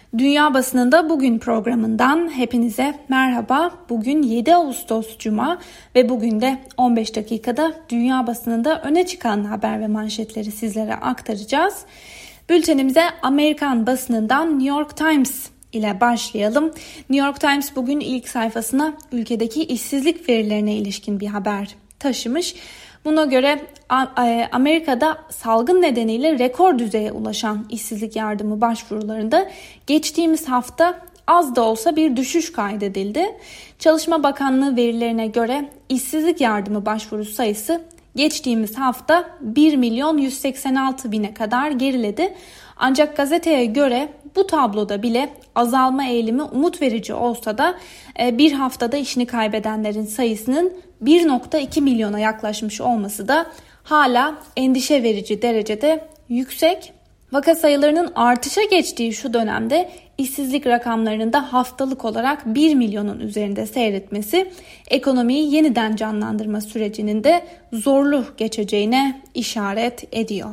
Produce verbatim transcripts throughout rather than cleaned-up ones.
Dünya Basınında Bugün programından hepinize merhaba. Bugün yedi Ağustos Cuma ve bugün de on beş dakikada dünya basınında öne çıkan haber ve manşetleri sizlere aktaracağız. Bültenimize Amerikan basınından New York Times ile başlayalım. New York Times bugün ilk sayfasına ülkedeki işsizlik verilerine ilişkin bir haber taşımış. Buna göre Amerika'da salgın nedeniyle rekor düzeye ulaşan işsizlik yardımı başvurularında geçtiğimiz hafta az da olsa bir düşüş kaydedildi. Çalışma Bakanlığı verilerine göre işsizlik yardımı başvurusu sayısı geçtiğimiz hafta bir milyon yüz seksen altı bine kadar geriledi. Ancak gazeteye göre bu tabloda bile azalma eğilimi umut verici olsa da bir haftada işini kaybedenlerin sayısının bir virgül iki milyona yaklaşmış olması da hala endişe verici derecede yüksek. Vaka sayılarının artışa geçtiği şu dönemde işsizlik rakamlarının da haftalık olarak bir milyonun üzerinde seyretmesi ekonomiyi yeniden canlandırma sürecinin de zorlu geçeceğine işaret ediyor.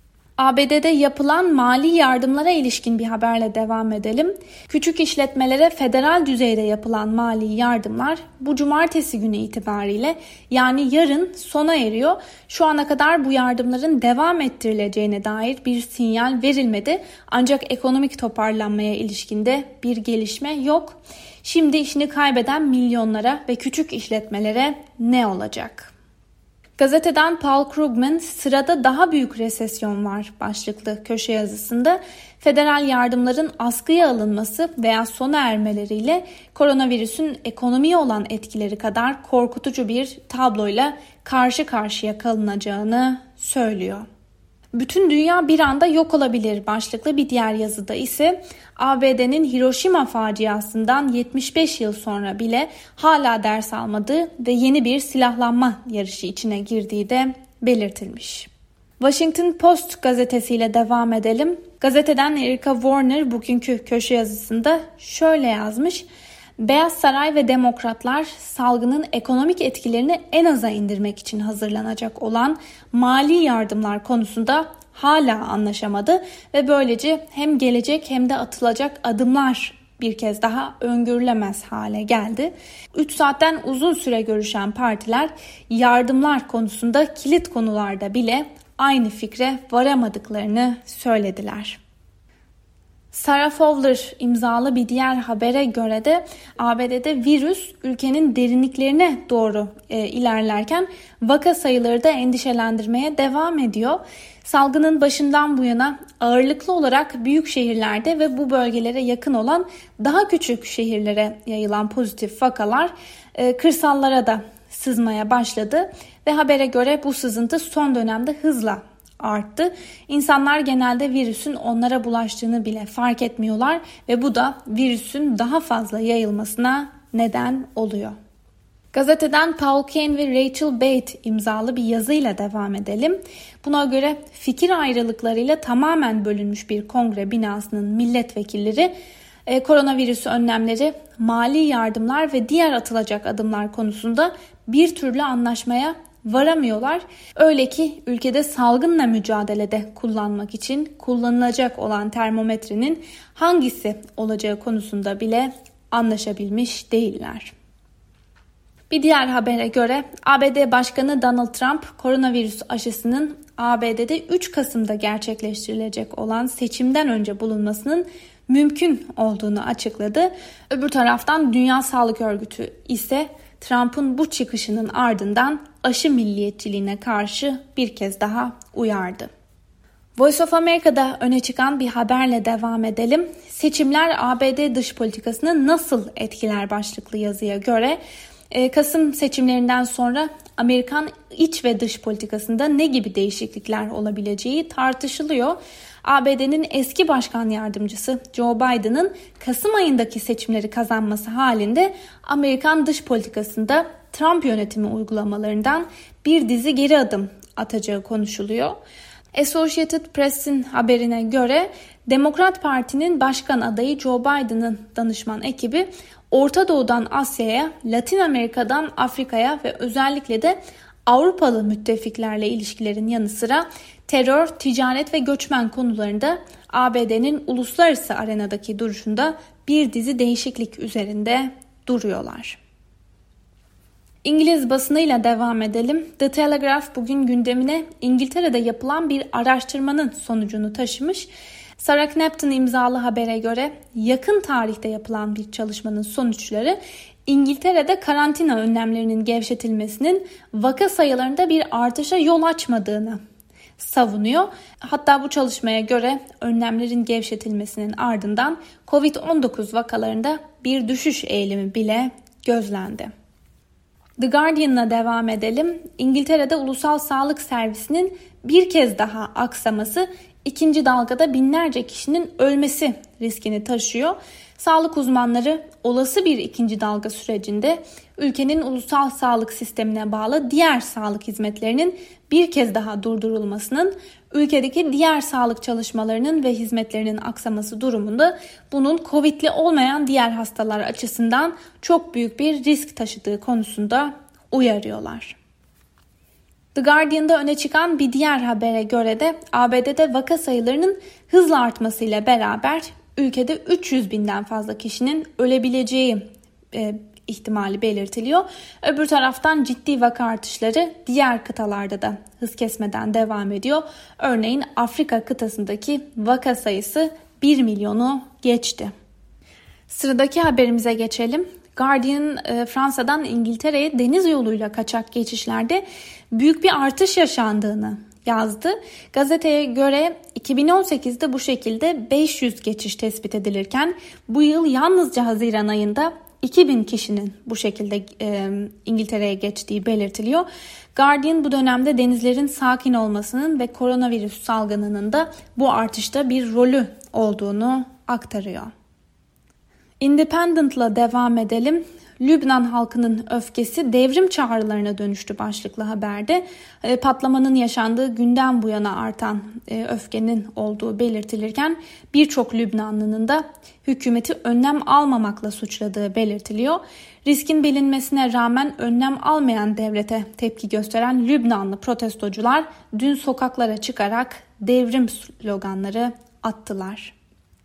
A B D'de yapılan mali yardımlara ilişkin bir haberle devam edelim. Küçük işletmelere federal düzeyde yapılan mali yardımlar bu cumartesi günü itibariyle yani yarın sona eriyor. Şu ana kadar bu yardımların devam ettirileceğine dair bir sinyal verilmedi. Ancak ekonomik toparlanmaya ilişkinde bir gelişme yok. Şimdi işini kaybeden milyonlara ve küçük işletmelere ne olacak? Gazeteden Paul Krugman sırada daha büyük resesyon var başlıklı köşe yazısında federal yardımların askıya alınması veya sona ermeleriyle koronavirüsün ekonomiye olan etkileri kadar korkutucu bir tabloyla karşı karşıya kalınacağını söylüyor. Bütün dünya bir anda yok olabilir başlıklı bir diğer yazıda ise A B D'nin Hiroşima faciasından yetmiş beş yıl sonra bile hala ders almadığı ve yeni bir silahlanma yarışı içine girdiği de belirtilmiş. Washington Post gazetesiyle devam edelim. Gazeteden Erica Warner bugünkü köşe yazısında şöyle yazmış. Beyaz Saray ve Demokratlar salgının ekonomik etkilerini en aza indirmek için hazırlanacak olan mali yardımlar konusunda hala anlaşamadı ve böylece hem gelecek hem de atılacak adımlar bir kez daha öngörülemez hale geldi. üç saatten uzun süre görüşen partiler yardımlar konusunda kilit konularda bile aynı fikre varamadıklarını söylediler. Sarah Fowler imzalı bir diğer habere göre de A B D'de virüs ülkenin derinliklerine doğru e, ilerlerken vaka sayıları da endişelendirmeye devam ediyor. Salgının başından bu yana ağırlıklı olarak büyük şehirlerde ve bu bölgelere yakın olan daha küçük şehirlere yayılan pozitif vakalar e, kırsallara da sızmaya başladı ve habere göre bu sızıntı son dönemde hızla arttı. İnsanlar genelde virüsün onlara bulaştığını bile fark etmiyorlar ve bu da virüsün daha fazla yayılmasına neden oluyor. Gazeteden Paul Kane ve Rachel Bate imzalı bir yazıyla devam edelim. Buna göre fikir ayrılıklarıyla tamamen bölünmüş bir kongre binasının milletvekilleri e, koronavirüs önlemleri, mali yardımlar ve diğer atılacak adımlar konusunda bir türlü anlaşmaya varamıyorlar. Öyle ki ülkede salgınla mücadelede kullanmak için kullanılacak olan termometrenin hangisi olacağı konusunda bile anlaşabilmiş değiller. Bir diğer habere göre A B D Başkanı Donald Trump koronavirüs aşısının A B D'de üç Kasım'da gerçekleştirilecek olan seçimden önce bulunmasının mümkün olduğunu açıkladı. Öbür taraftan Dünya Sağlık Örgütü ise Trump'ın bu çıkışının ardından aşı milliyetçiliğine karşı bir kez daha uyardı. Voice of America'da öne çıkan bir haberle devam edelim. Seçimler A B D dış politikasını nasıl etkiler başlıklı yazıya göre Kasım seçimlerinden sonra Amerikan iç ve dış politikasında ne gibi değişiklikler olabileceği tartışılıyor. A B D'nin eski başkan yardımcısı Joe Biden'ın Kasım ayındaki seçimleri kazanması halinde Amerikan dış politikasında Trump yönetimi uygulamalarından bir dizi geri adım atacağı konuşuluyor. Associated Press'in haberine göre Demokrat Parti'nin başkan adayı Joe Biden'ın danışman ekibi Orta Doğu'dan Asya'ya, Latin Amerika'dan Afrika'ya ve özellikle de Avrupalı müttefiklerle ilişkilerin yanı sıra terör, ticaret ve göçmen konularında A B D'nin uluslararası arenadaki duruşunda bir dizi değişiklik üzerinde duruyorlar. İngiliz basınıyla devam edelim. The Telegraph bugün gündemine İngiltere'de yapılan bir araştırmanın sonucunu taşımış. Sarah Knapton imzalı habere göre yakın tarihte yapılan bir çalışmanın sonuçları İngiltere'de karantina önlemlerinin gevşetilmesinin vaka sayılarında bir artışa yol açmadığını savunuyor. Hatta bu çalışmaya göre önlemlerin gevşetilmesinin ardından kovid on dokuz vakalarında bir düşüş eğilimi bile gözlendi. The Guardian'la devam edelim. İngiltere'de ulusal sağlık servisinin bir kez daha aksaması ikinci dalgada binlerce kişinin ölmesi riskini taşıyor. Sağlık uzmanları olası bir ikinci dalga sürecinde ülkenin ulusal sağlık sistemine bağlı diğer sağlık hizmetlerinin bir kez daha durdurulmasının, ülkedeki diğer sağlık çalışmalarının ve hizmetlerinin aksaması durumunda bunun Covid'li olmayan diğer hastalar açısından çok büyük bir risk taşıdığı konusunda uyarıyorlar. The Guardian'da öne çıkan bir diğer habere göre de A B D'de vaka sayılarının hızla artmasıyla beraber ülkede üç yüz binden fazla kişinin ölebileceği e, ihtimali belirtiliyor. Öbür taraftan ciddi vaka artışları diğer kıtalarda da hız kesmeden devam ediyor. Örneğin Afrika kıtasındaki vaka sayısı bir milyonu geçti. Sıradaki haberimize geçelim. Guardian Fransa'dan İngiltere'ye deniz yoluyla kaçak geçişlerde büyük bir artış yaşandığını yazdı. Gazeteye göre iki bin on sekizde bu şekilde beş yüz geçiş tespit edilirken bu yıl yalnızca Haziran ayında iki bin kişinin bu şekilde e, İngiltere'ye geçtiği belirtiliyor. Guardian bu dönemde denizlerin sakin olmasının ve koronavirüs salgınının da bu artışta bir rolü olduğunu aktarıyor. Independent'la devam edelim. Lübnan halkının öfkesi devrim çağrılarına dönüştü başlıklı haberde. E, patlamanın yaşandığı günden bu yana artan e, öfkenin olduğu belirtilirken birçok Lübnanlı'nın da hükümeti önlem almamakla suçladığı belirtiliyor. Riskin bilinmesine rağmen önlem almayan devlete tepki gösteren Lübnanlı protestocular dün sokaklara çıkarak devrim sloganları attılar.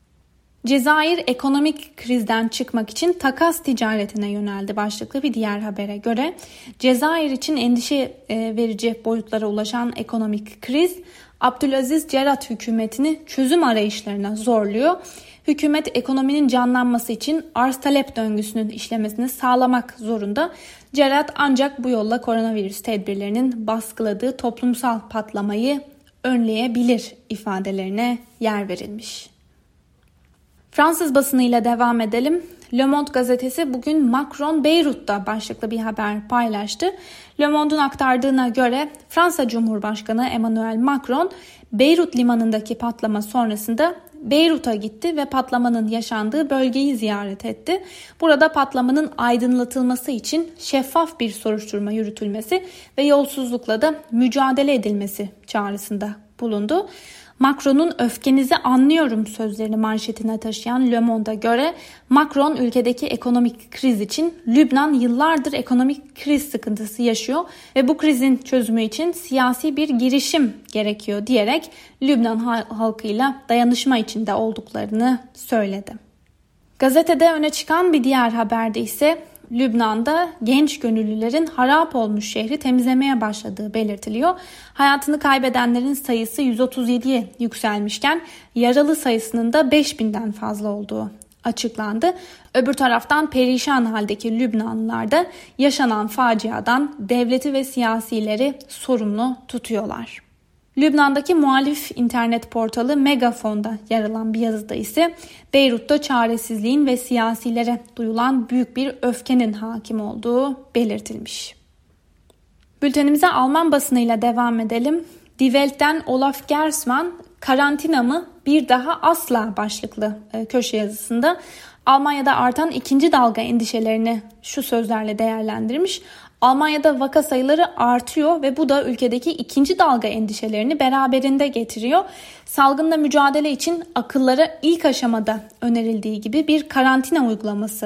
Cezayir ekonomik krizden çıkmak için takas ticaretine yöneldi başlıklı bir diğer habere göre. Cezayir için endişe verici boyutlara ulaşan ekonomik kriz Abdülaziz Cerat hükümetini çözüm arayışlarına zorluyor. Hükümet ekonominin canlanması için arz talep döngüsünün işlemesini sağlamak zorunda. Cerat ancak bu yolla koronavirüs tedbirlerinin baskıladığı toplumsal patlamayı önleyebilir ifadelerine yer verilmiş. Fransız basınıyla devam edelim. Le Monde gazetesi bugün Macron Beyrut'ta başlıklı bir haber paylaştı. Le Monde'un aktardığına göre Fransa Cumhurbaşkanı Emmanuel Macron Beyrut limanındaki patlama sonrasında Beyrut'a gitti ve patlamanın yaşandığı bölgeyi ziyaret etti. Burada patlamanın aydınlatılması için şeffaf bir soruşturma yürütülmesi ve yolsuzlukla da mücadele edilmesi çağrısında bulundu. Macron'un öfkenizi anlıyorum sözlerini manşetine taşıyan Le Monde'a göre Macron ülkedeki ekonomik kriz için Lübnan yıllardır ekonomik kriz sıkıntısı yaşıyor ve bu krizin çözümü için siyasi bir girişim gerekiyor diyerek Lübnan halkıyla dayanışma içinde olduklarını söyledi. Gazetede öne çıkan bir diğer haberde ise Lübnan'da genç gönüllülerin harap olmuş şehri temizlemeye başladığı belirtiliyor. Hayatını kaybedenlerin sayısı yüz otuz yediye yükselmişken yaralı sayısının da beş binden fazla olduğu açıklandı. Öbür taraftan perişan haldeki Lübnanlılar da yaşanan faciadan devleti ve siyasileri sorumlu tutuyorlar. Lübnan'daki muhalif internet portalı Megafon'da yer alan bir yazıda ise Beyrut'ta çaresizliğin ve siyasilere duyulan büyük bir öfkenin hakim olduğu belirtilmiş. Bültenimize Alman basınıyla devam edelim. Die Welt'ten Olaf Gersman karantina mı bir daha asla başlıklı köşe yazısında Almanya'da artan ikinci dalga endişelerini şu sözlerle değerlendirmiş. Almanya'da vaka sayıları artıyor ve bu da ülkedeki ikinci dalga endişelerini beraberinde getiriyor. Salgınla mücadele için akıllara ilk aşamada önerildiği gibi bir karantina uygulaması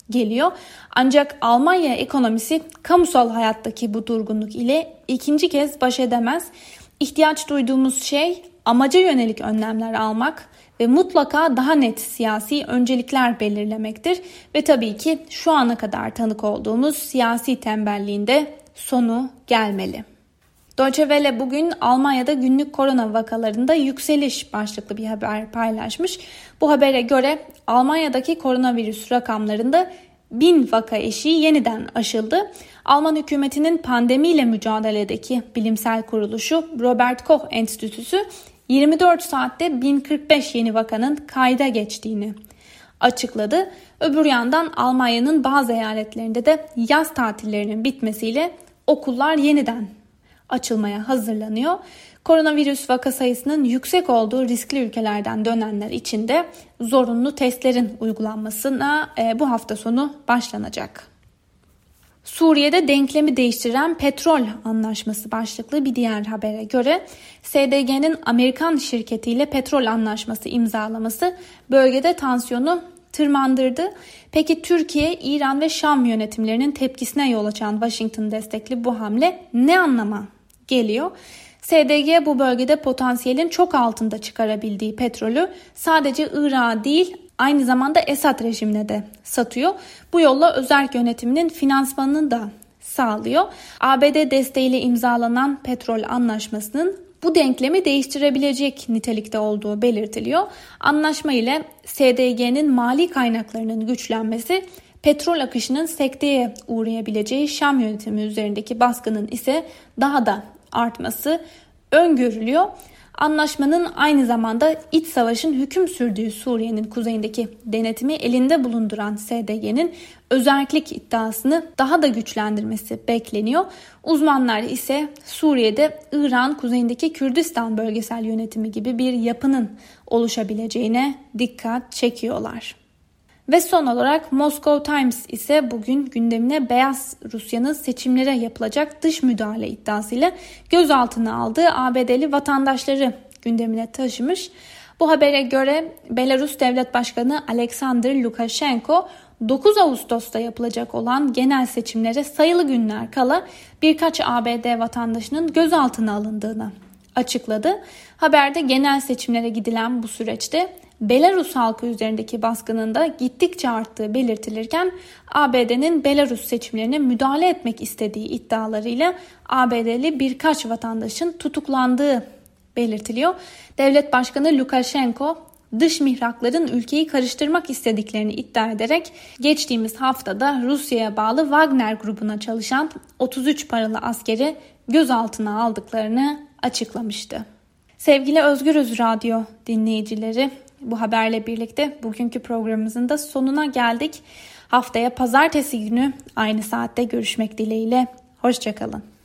geliyor. Ancak Almanya ekonomisi kamusal hayattaki bu durgunluk ile ikinci kez baş edemez. İhtiyaç duyduğumuz şey amaca yönelik önlemler almak ve mutlaka daha net siyasi öncelikler belirlemektir. Ve tabii ki şu ana kadar tanık olduğumuz siyasi tembelliğinde sonu gelmeli. Deutsche Welle bugün Almanya'da günlük korona vakalarında yükseliş başlıklı bir haber paylaşmış. Bu habere göre Almanya'daki koronavirüs rakamlarında bin vaka eşiği yeniden aşıldı. Alman hükümetinin pandemiyle mücadeledeki bilimsel kuruluşu Robert Koch Enstitüsü yirmi dört saatte bin kırk beş yeni vakanın kayda geçtiğini açıkladı. Öbür yandan Almanya'nın bazı eyaletlerinde de yaz tatillerinin bitmesiyle okullar yeniden açılmaya hazırlanıyor. Koronavirüs vaka sayısının yüksek olduğu riskli ülkelerden dönenler için de zorunlu testlerin uygulanmasına e, bu hafta sonu başlanacak. Suriye'de denklemi değiştiren petrol anlaşması başlıklı bir diğer habere göre S D G'nin Amerikan şirketiyle petrol anlaşması imzalaması bölgede tansiyonu tırmandırdı. Peki Türkiye, İran ve Şam yönetimlerinin tepkisine yol açan Washington destekli bu hamle ne anlama geliyor? S D G bu bölgede potansiyelin çok altında çıkarabildiği petrolü sadece Irak'a değil aynı zamanda Esad rejimine de satıyor. Bu yolla özerk yönetiminin finansmanını da sağlıyor. A B D desteğiyle imzalanan petrol anlaşmasının bu denklemi değiştirebilecek nitelikte olduğu belirtiliyor. Anlaşma ile S D G'nin mali kaynaklarının güçlenmesi, petrol akışının sekteye uğrayabileceği Şam yönetimi üzerindeki baskının ise daha da artması öngörülüyor. Anlaşmanın aynı zamanda iç savaşın hüküm sürdüğü Suriye'nin kuzeyindeki denetimi elinde bulunduran S D G'nin özerklik iddiasını daha da güçlendirmesi bekleniyor. Uzmanlar ise Suriye'de İran kuzeyindeki Kürdistan bölgesel yönetimi gibi bir yapının oluşabileceğine dikkat çekiyorlar. Ve son olarak Moscow Times ise bugün gündemine Beyaz Rusya'nın seçimlere yapılacak dış müdahale iddiasıyla gözaltına aldığı A B D'li vatandaşları gündemine taşımış. Bu habere göre Belarus Devlet Başkanı Alexander Lukashenko dokuz Ağustos'ta yapılacak olan genel seçimlere sayılı günler kala birkaç A B D vatandaşının gözaltına alındığını açıkladı. Haberde genel seçimlere gidilen bu süreçte Belarus halkı üzerindeki baskının da gittikçe arttığı belirtilirken A B D'nin Belarus seçimlerine müdahale etmek istediği iddialarıyla A B D'li birkaç vatandaşın tutuklandığı belirtiliyor. Devlet Başkanı Lukashenko dış mihrakların ülkeyi karıştırmak istediklerini iddia ederek geçtiğimiz haftada Rusya'ya bağlı Wagner grubuna çalışan otuz üç paralı askeri gözaltına aldıklarını açıklamıştı. Sevgili Özgürüz Radyo dinleyicileri, bu haberle birlikte bugünkü programımızın da sonuna geldik. Haftaya pazartesi günü aynı saatte görüşmek dileğiyle. Hoşça kalın.